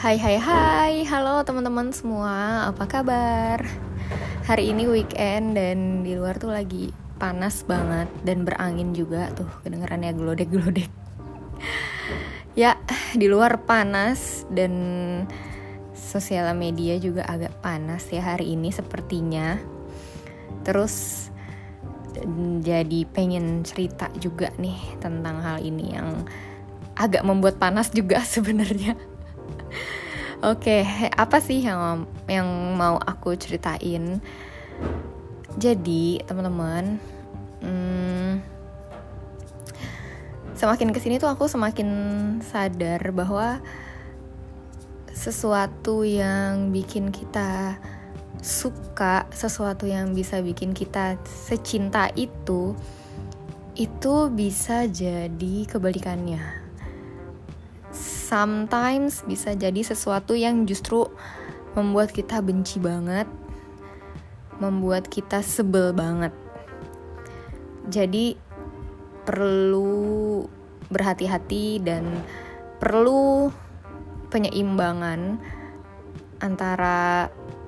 Hai hai hai, halo teman-teman semua, apa kabar? Hari ini weekend dan di luar tuh lagi panas banget dan berangin juga tuh, kedengerannya gelodek-gelodek. Ya, di luar panas dan sosial media juga agak panas ya hari ini sepertinya. Terus jadi pengen cerita juga nih tentang hal ini yang agak membuat panas juga sebenarnya. Oke, apa sih yang mau aku ceritain? Jadi teman-teman, semakin kesini tuh aku semakin sadar bahwa sesuatu yang bikin kita suka, sesuatu yang bisa bikin kita secinta itu bisa jadi kebalikannya. Sometimes bisa jadi sesuatu yang justru membuat kita benci banget, membuat kita sebel banget. Jadi perlu berhati-hati dan perlu penyeimbangan antara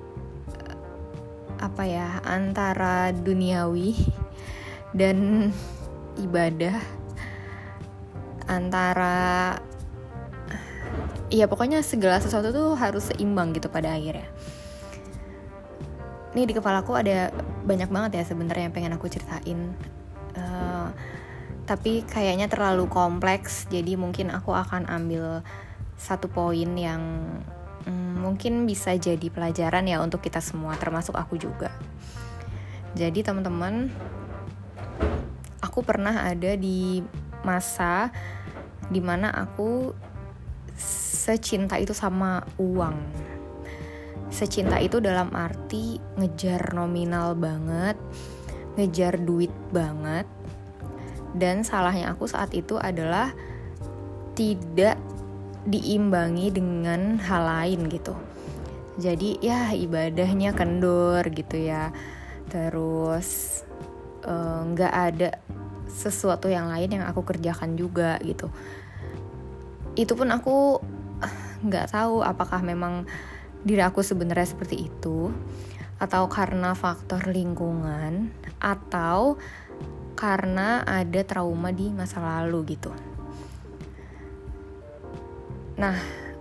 antara duniawi dan ibadah, antara pokoknya segala sesuatu tuh harus seimbang gitu pada akhirnya. Nih di kepalaku ada banyak banget ya sebenarnya yang pengen aku ceritain, tapi kayaknya terlalu kompleks, jadi mungkin aku akan ambil satu poin yang mungkin bisa jadi pelajaran ya untuk kita semua, termasuk aku juga. Jadi teman-teman, aku pernah ada di masa dimana aku secinta itu sama uang. Secinta itu dalam arti ngejar nominal banget, ngejar duit banget. Dan salahnya aku saat itu adalah tidak diimbangi dengan hal lain gitu. Jadi ya ibadahnya kendor gitu ya. Terus gak ada sesuatu yang lain yang aku kerjakan juga gitu. Itu pun aku gak tahu apakah memang diri aku sebenarnya seperti itu, atau karena faktor lingkungan, atau karena ada trauma di masa lalu gitu. Nah,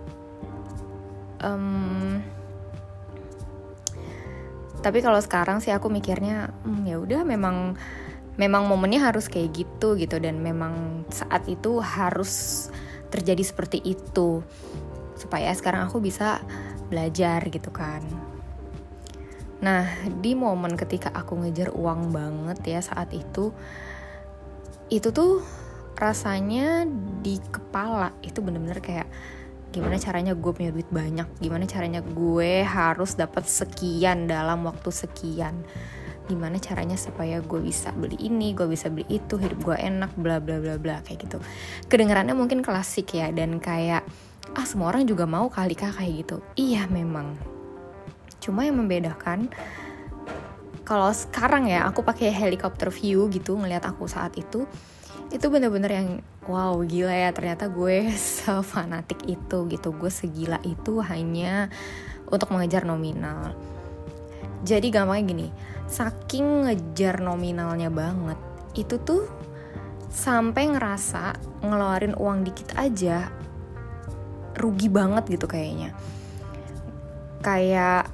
tapi kalau sekarang sih aku mikirnya ya udah memang momennya harus kayak gitu dan memang saat itu harus terjadi seperti itu supaya sekarang aku bisa belajar gitu kan. Nah, di momen ketika aku ngejar uang banget ya saat itu tuh rasanya di kepala itu benar-benar kayak gimana caranya gue punya duit banyak, gimana caranya gue harus dapat sekian dalam waktu sekian, gimana caranya supaya gue bisa beli ini, gue bisa beli itu, hidup gue enak, bla bla bla bla kayak gitu. Kedengarannya mungkin klasik ya dan kayak semua orang juga mau kali Kak kayak gitu. Iya memang. Cuma yang membedakan kalau sekarang ya aku pakai helikopter view gitu ngelihat aku saat itu benar-benar yang wow gila ya, ternyata gue sefanatik itu gitu, gue segila itu hanya untuk mengejar nominal. Jadi gampangnya gini, saking ngejar nominalnya banget itu tuh sampai ngerasa ngeluarin uang dikit aja rugi banget gitu kayaknya. Kayak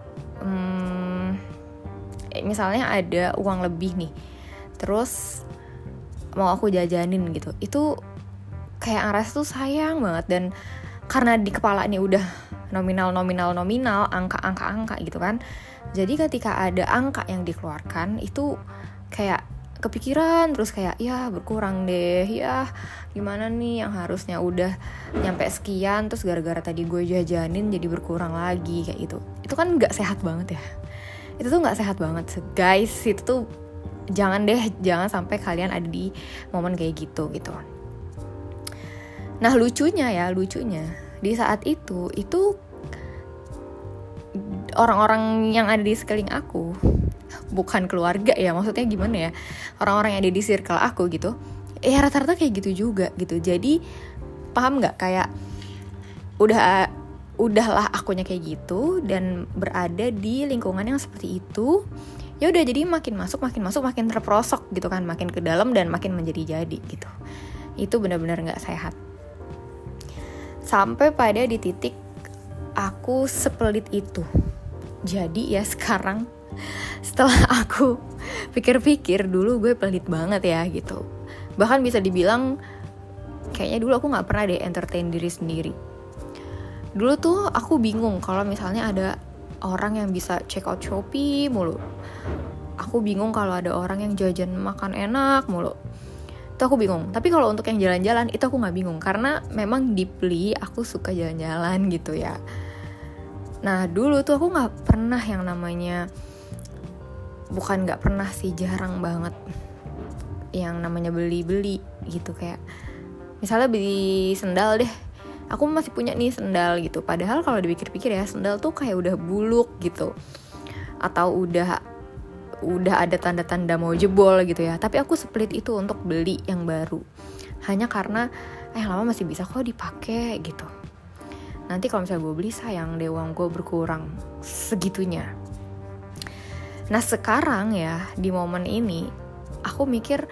misalnya ada uang lebih nih, terus mau aku jajanin gitu, itu kayak ngerasa tuh sayang banget. Dan karena di kepala ini udah nominal, angka gitu kan, jadi ketika ada angka yang dikeluarkan itu kayak kepikiran terus kayak ya berkurang deh, ya gimana nih yang harusnya udah nyampe sekian terus gara-gara tadi gue jajanin jadi berkurang lagi kayak gitu. Itu kan gak sehat banget ya, itu tuh gak sehat banget guys. Itu tuh jangan sampai kalian ada di momen kayak gitu. Nah lucunya di saat itu orang-orang yang ada di sekeliling aku, bukan keluarga ya, maksudnya gimana ya, orang-orang yang ada di circle aku gitu, ya rata-rata kayak gitu juga gitu. Jadi paham nggak, kayak udah udahlah akunya kayak gitu dan berada di lingkungan yang seperti itu, ya udah jadi makin masuk makin terperosok gitu kan, makin ke dalam dan makin menjadi gitu. Itu benar-benar nggak sehat. Sampai pada di titik aku sepelit itu. Jadi ya sekarang setelah aku pikir-pikir, dulu gue pelit banget ya gitu. Bahkan bisa dibilang kayaknya dulu aku nggak pernah deh entertain diri sendiri. Dulu tuh aku bingung kalau misalnya ada orang yang bisa check out Shopee mulu. Aku bingung kalau ada orang yang jajan makan enak mulu. Itu aku bingung. Tapi kalau untuk yang jalan-jalan itu aku nggak bingung, karena memang deeply aku suka jalan-jalan gitu ya. Nah dulu tuh aku nggak pernah yang namanya, bukan nggak pernah sih, jarang banget yang namanya beli-beli gitu. Kayak misalnya beli sendal deh, aku masih punya nih sendal gitu. Padahal kalau dipikir-pikir ya, sendal tuh kayak udah buluk gitu, atau udah ada tanda-tanda mau jebol gitu ya. Tapi aku split itu untuk beli yang baru, hanya karena yang lama masih bisa kok dipakai gitu. Nanti kalau misalnya gue beli, sayang deh uang gue berkurang segitunya. Nah sekarang ya, di momen ini aku mikir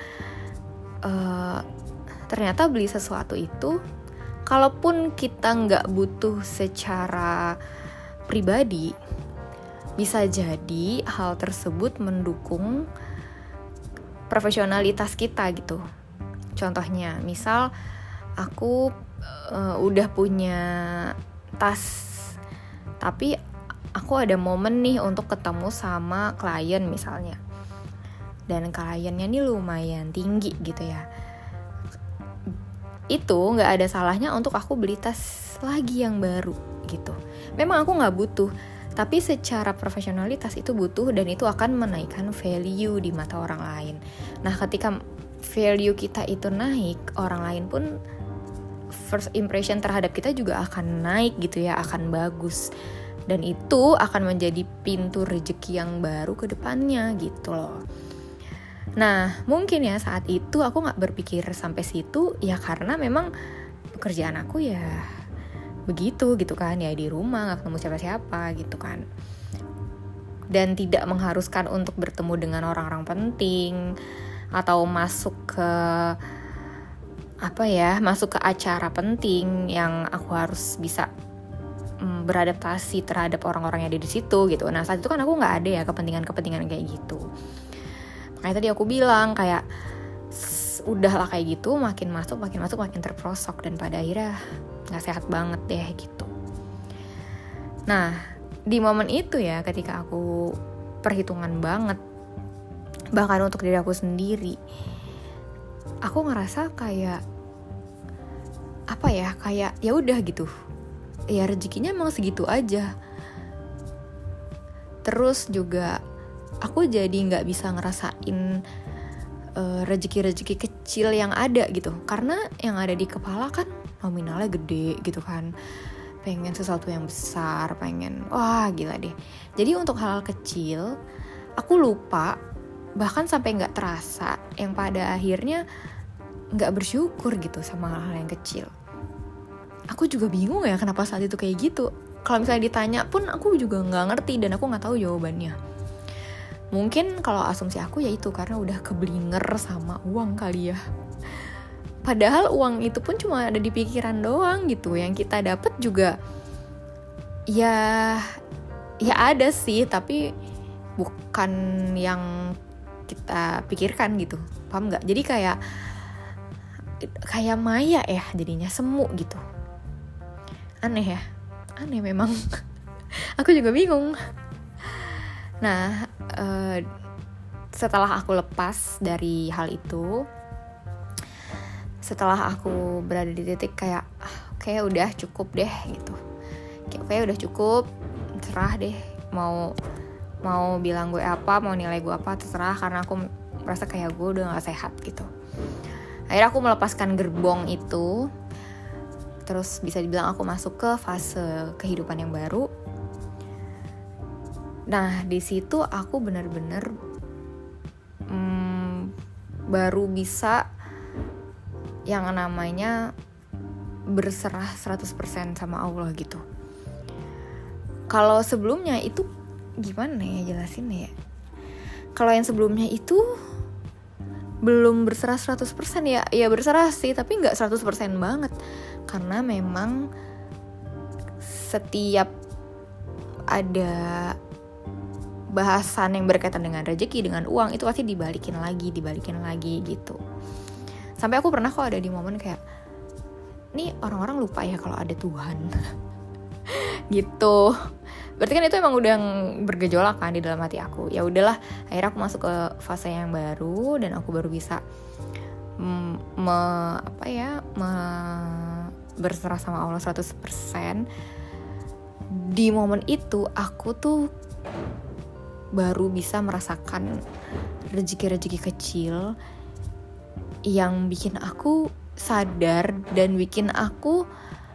ternyata beli sesuatu itu, kalaupun kita nggak butuh secara pribadi, bisa jadi hal tersebut mendukung profesionalitas kita gitu. Contohnya, misal aku udah punya tas, tapi aku ada momen nih untuk ketemu sama klien misalnya, dan kliennya nih lumayan tinggi gitu ya. Itu nggak ada salahnya untuk aku beli tas lagi yang baru gitu. Memang aku nggak butuh, tapi secara profesionalitas itu butuh, dan itu akan menaikkan value di mata orang lain. Nah ketika value kita itu naik, orang lain pun first impression terhadap kita juga akan naik gitu ya, akan bagus. Dan itu akan menjadi pintu rezeki yang baru ke depannya gitu loh. Nah mungkin ya saat itu aku gak berpikir sampai situ, ya karena memang pekerjaan aku ya begitu gitu kan, ya di rumah gak ketemu siapa-siapa gitu kan, dan tidak mengharuskan untuk bertemu dengan orang-orang penting atau masuk ke acara penting yang aku harus bisa beradaptasi terhadap orang-orang yang ada di situ gitu. Nah saat itu kan aku nggak ada ya kepentingan kayak gitu. Makanya tadi aku bilang kayak udahlah kayak gitu, makin masuk makin terperosok, dan pada akhirnya nggak sehat banget deh gitu. Nah di momen itu ya, ketika aku perhitungan banget bahkan untuk diri aku sendiri, aku ngerasa kayak ya udah gitu, ya rezekinya emang segitu aja. Terus juga aku jadi nggak bisa ngerasain rezeki-rezeki kecil yang ada gitu, karena yang ada di kepala kan nominalnya gede gitu kan, pengen sesuatu yang besar, pengen wah gila deh. Jadi untuk hal kecil aku lupa, bahkan sampai nggak terasa, yang pada akhirnya nggak bersyukur gitu sama hal-hal yang kecil. Aku juga bingung ya kenapa saat itu kayak gitu. Kalau misalnya ditanya pun aku juga nggak ngerti, dan aku nggak tahu jawabannya. Mungkin kalau asumsi aku ya itu karena udah keblinger sama uang kali ya. Padahal uang itu pun cuma ada di pikiran doang gitu. Yang kita dapat juga ya ada sih, tapi bukan yang kita pikirkan gitu. Paham nggak? Jadi kayak maya ya, jadinya semu gitu. Aneh ya, aneh memang. Aku juga bingung. Nah, setelah aku lepas dari hal itu, setelah aku berada di titik kayak kayak udah cukup deh gitu, kayak udah cukup, terserah deh mau bilang gue apa, mau nilai gue apa, terserah, karena aku merasa kayak gue udah nggak sehat gitu. Akhirnya aku melepaskan gerbong itu, terus bisa dibilang aku masuk ke fase kehidupan yang baru. Nah di situ aku benar-benar baru bisa yang namanya berserah 100% sama Allah gitu. Kalau sebelumnya itu gimana ya jelasinnya ya, kalau yang sebelumnya itu belum berserah 100% ya berserah sih, tapi gak 100% banget. Karena memang setiap ada bahasan yang berkaitan dengan rezeki, dengan uang, itu pasti dibalikin lagi gitu. Sampai aku pernah kok ada di momen kayak, nih orang-orang lupa ya kalau ada Tuhan. Gitu. Berarti kan itu emang udah bergejolak kan di dalam hati aku. Ya udahlah, akhirnya aku masuk ke fase yang baru dan aku baru bisa berserah sama Allah 100%. Di momen itu aku tuh baru bisa merasakan rezeki-rezeki kecil yang bikin aku sadar dan bikin aku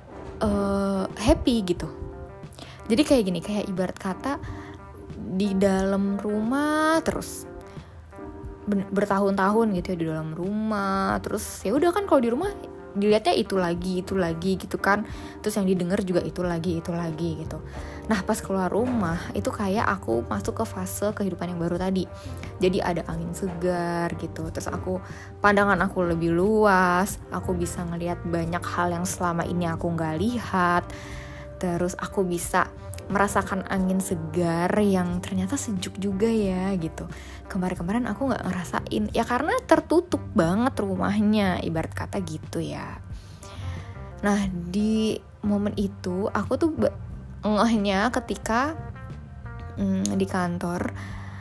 happy gitu. Jadi kayak gini, kayak ibarat kata di dalam rumah terus bertahun-tahun gitu ya di dalam rumah, terus ya udah kan kalau di rumah dilihatnya itu lagi gitu kan, terus yang didengar juga itu lagi gitu. Nah pas keluar rumah itu kayak aku masuk ke fase kehidupan yang baru tadi. Jadi ada angin segar gitu, terus pandangan aku lebih luas, aku bisa ngelihat banyak hal yang selama ini aku nggak lihat. Terus aku bisa merasakan angin segar yang ternyata sejuk juga ya gitu. Kemarin aku gak ngerasain, ya karena tertutup banget rumahnya, ibarat kata gitu ya. Nah di momen itu aku tuh ngehnya ketika di kantor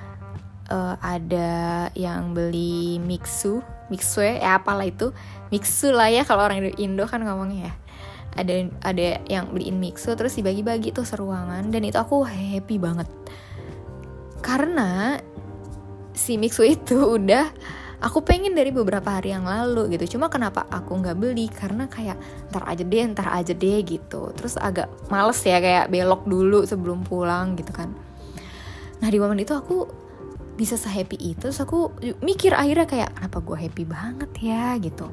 ada yang beli mixu ya apalah itu, mixu lah ya kalau orang Indo kan ngomongnya ya. Ada yang beliin mixu terus dibagi-bagi tuh seruangan, dan itu aku happy banget karena si mixu itu udah aku pengen dari beberapa hari yang lalu gitu. Cuma kenapa aku nggak beli, karena kayak ntar aja deh gitu. Terus agak males ya kayak belok dulu sebelum pulang gitu kan. Nah di momen itu aku bisa se-happy itu, terus aku mikir akhirnya kayak kenapa gue happy banget ya gitu.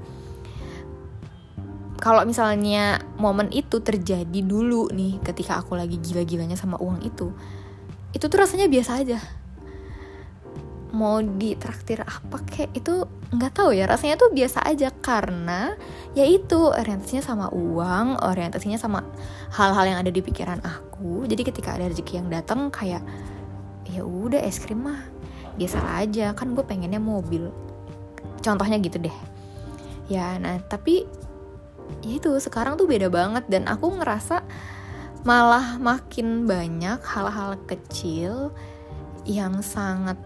Kalau misalnya momen itu terjadi dulu nih ketika aku lagi gila-gilanya sama uang itu tuh rasanya biasa aja. Mau ditraktir apa kayak itu nggak tahu ya, rasanya tuh biasa aja karena ya itu orientasinya sama uang, orientasinya sama hal-hal yang ada di pikiran aku. Jadi ketika ada rezeki yang datang kayak ya udah es krim mah biasa aja, kan gue pengennya mobil. Contohnya gitu deh. Ya nah tapi ya itu sekarang tuh beda banget, dan aku ngerasa malah makin banyak hal-hal kecil yang sangat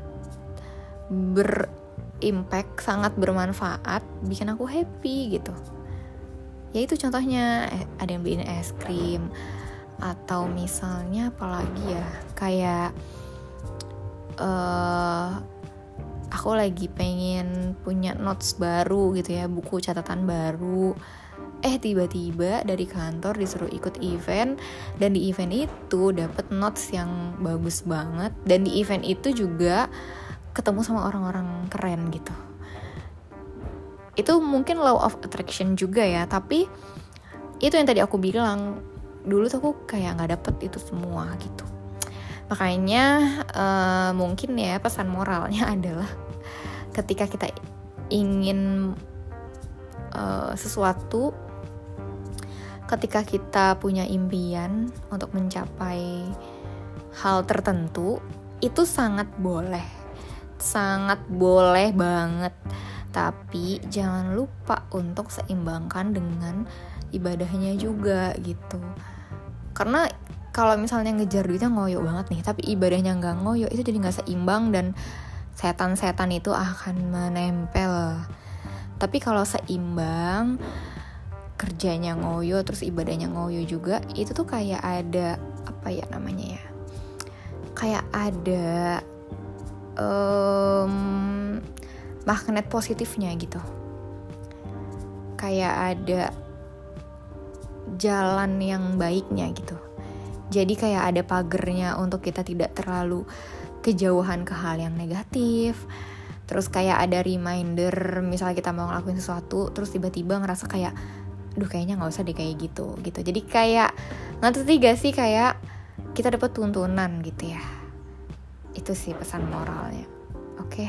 berimpact, sangat bermanfaat, bikin aku happy gitu. Ya itu contohnya ada yang beliin es krim, atau misalnya apalagi ya kayak aku lagi pengen punya notes baru gitu ya, buku catatan baru. Tiba-tiba dari kantor disuruh ikut event, dan di event itu dapet notes yang bagus banget, dan di event itu juga ketemu sama orang-orang keren gitu. Itu mungkin law of attraction juga ya, tapi itu yang tadi aku bilang, dulu tuh aku kayak nggak dapet itu semua gitu. Makanya mungkin ya pesan moralnya adalah ketika kita ingin sesuatu, ketika kita punya impian untuk mencapai hal tertentu, itu sangat boleh banget. Tapi jangan lupa untuk seimbangkan dengan ibadahnya juga gitu. Karena kalau misalnya ngejar duitnya ngoyo banget nih, tapi ibadahnya nggak ngoyo, itu jadi nggak seimbang dan setan-setan itu akan menempel. Tapi kalau seimbang, kerjanya ngoyo terus ibadahnya ngoyo juga, itu tuh kayak ada apa ya namanya ya, kayak ada magnet positifnya gitu, kayak ada jalan yang baiknya gitu. Jadi kayak ada pagernya untuk kita tidak terlalu kejauhan ke hal yang negatif. Terus kayak ada reminder, misalnya kita mau ngelakuin sesuatu terus tiba-tiba ngerasa kayak kayaknya gak usah deh kayak gitu. Jadi kayak ngerti gak sih, kayak kita dapat tuntunan gitu ya. Itu sih pesan moralnya. Oke.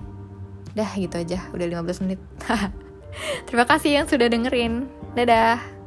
Dah gitu aja, udah 15 menit. Terima kasih yang sudah dengerin. Dadah.